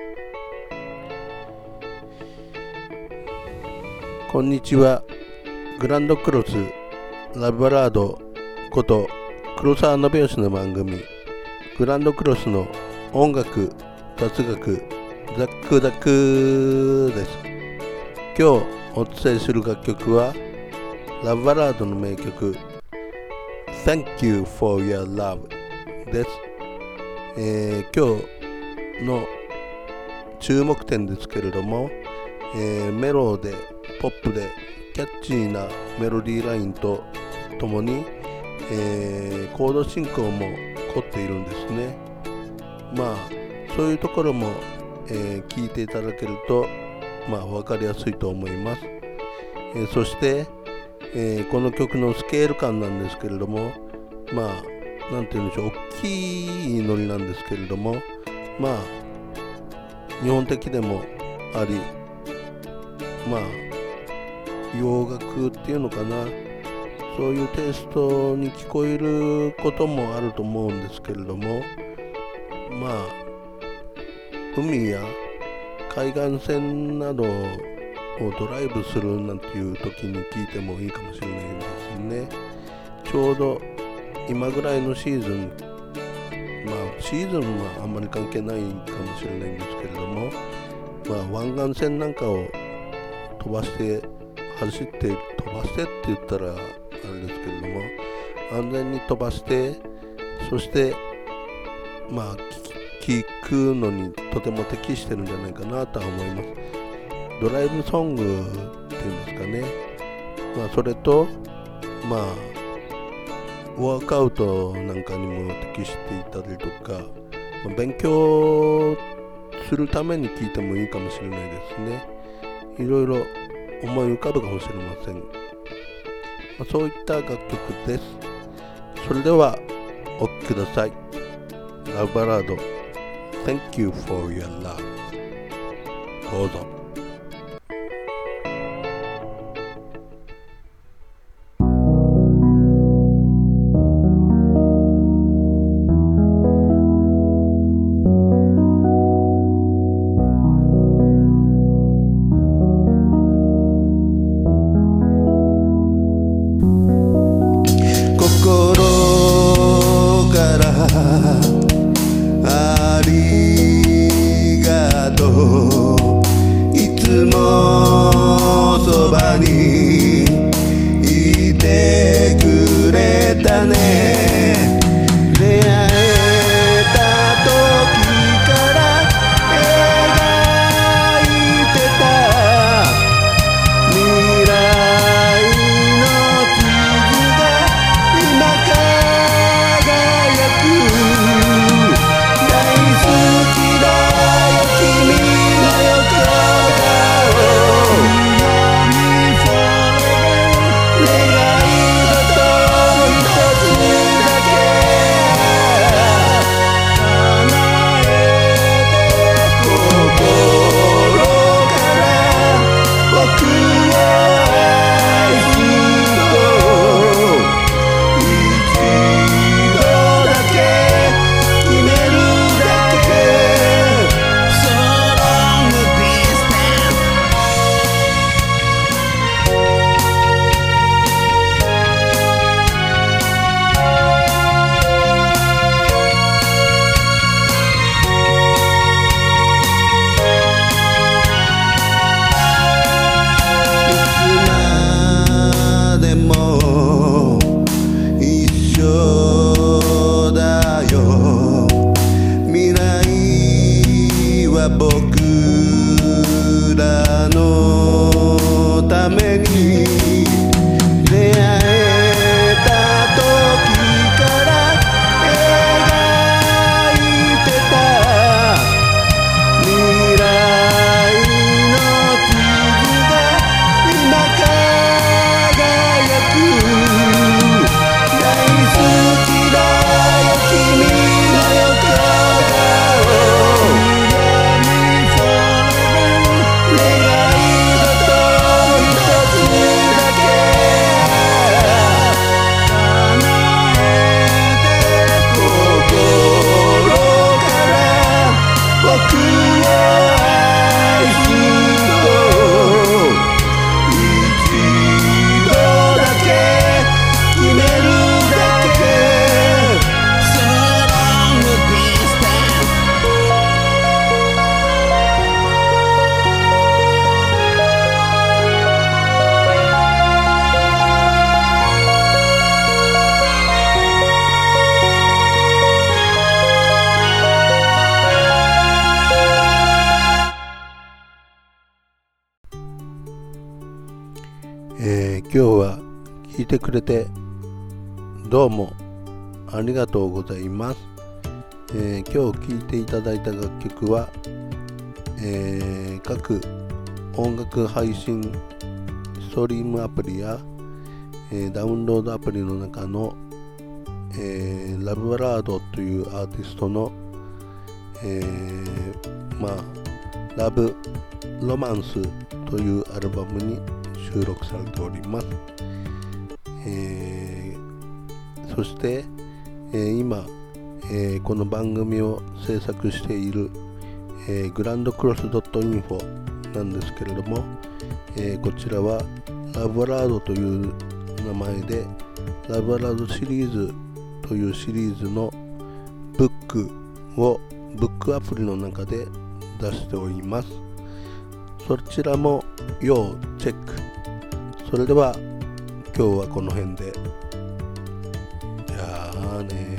こんにちは。グランドクロスラブバラードこと黒沢信義の番組グランドクロスの音楽雑学ザックザクです。今日お伝えする楽曲はラブバラードの名曲 Thank You for Your Love です。今日の注目点ですけれども、メロでポップでキャッチーなメロディーラインとともに、コード進行も凝っているんですね。そういうところも、聞いていただけると分かりやすいと思います。そして、この曲のスケール感なんですけれどもなんて言うんでしょう、大きいノリなんですけれども日本的でもあり洋楽っていうのかな、そういうテイストに聞こえることもあると思うんですけれども海や海岸線などをドライブするなんていう時に聞いてもいいかもしれないですね。ちょうど今ぐらいのシーズンシーズンはあんまり関係ないかもしれないんですけれども湾岸線なんかを飛ばして走って飛ばしてって言ったらあれですけれども安全に飛ばしてそして聞くのにとても適してるんじゃないかなとは思います。ドライブソングっていうんですかね。それとワークアウトなんかにも適していたりとか勉強するために聞いてもいいかもしれないですね。いろいろ思い浮かぶかもしれません。そういった楽曲です。それではお聴きください。ラブバラード Thank You for Your Love どうぞ。ありがとう、いつもそばにいてくれたね。出会えた時から描いてた未来の傷が今輝く。大好きだよ君の横顔。願い事一つだけ叶えて心から僕を愛すと一度だけ決めるだけ。 So long distance。 いつまでも一緒だよ。未来は僕らのために。出会えた時から描いてた未来の傷が今輝く。大好きだよ君の横顔。願い事一つ今日は聞いてくれてどうもありがとうございます。今日聴いていただいた楽曲は、各音楽配信ストリームアプリや、ダウンロードアプリの中の、ラブバラードというアーティストの、ラブロマンスというアルバムに収録されております。そして、今、この番組を制作している、グランドクロス .info なんですけれども、こちらはラブバラードという名前でラブバラードシリーズというシリーズのブックをブックアプリの中で出しております。そちらも要チェック。それでは今日はこの辺で。じゃあね。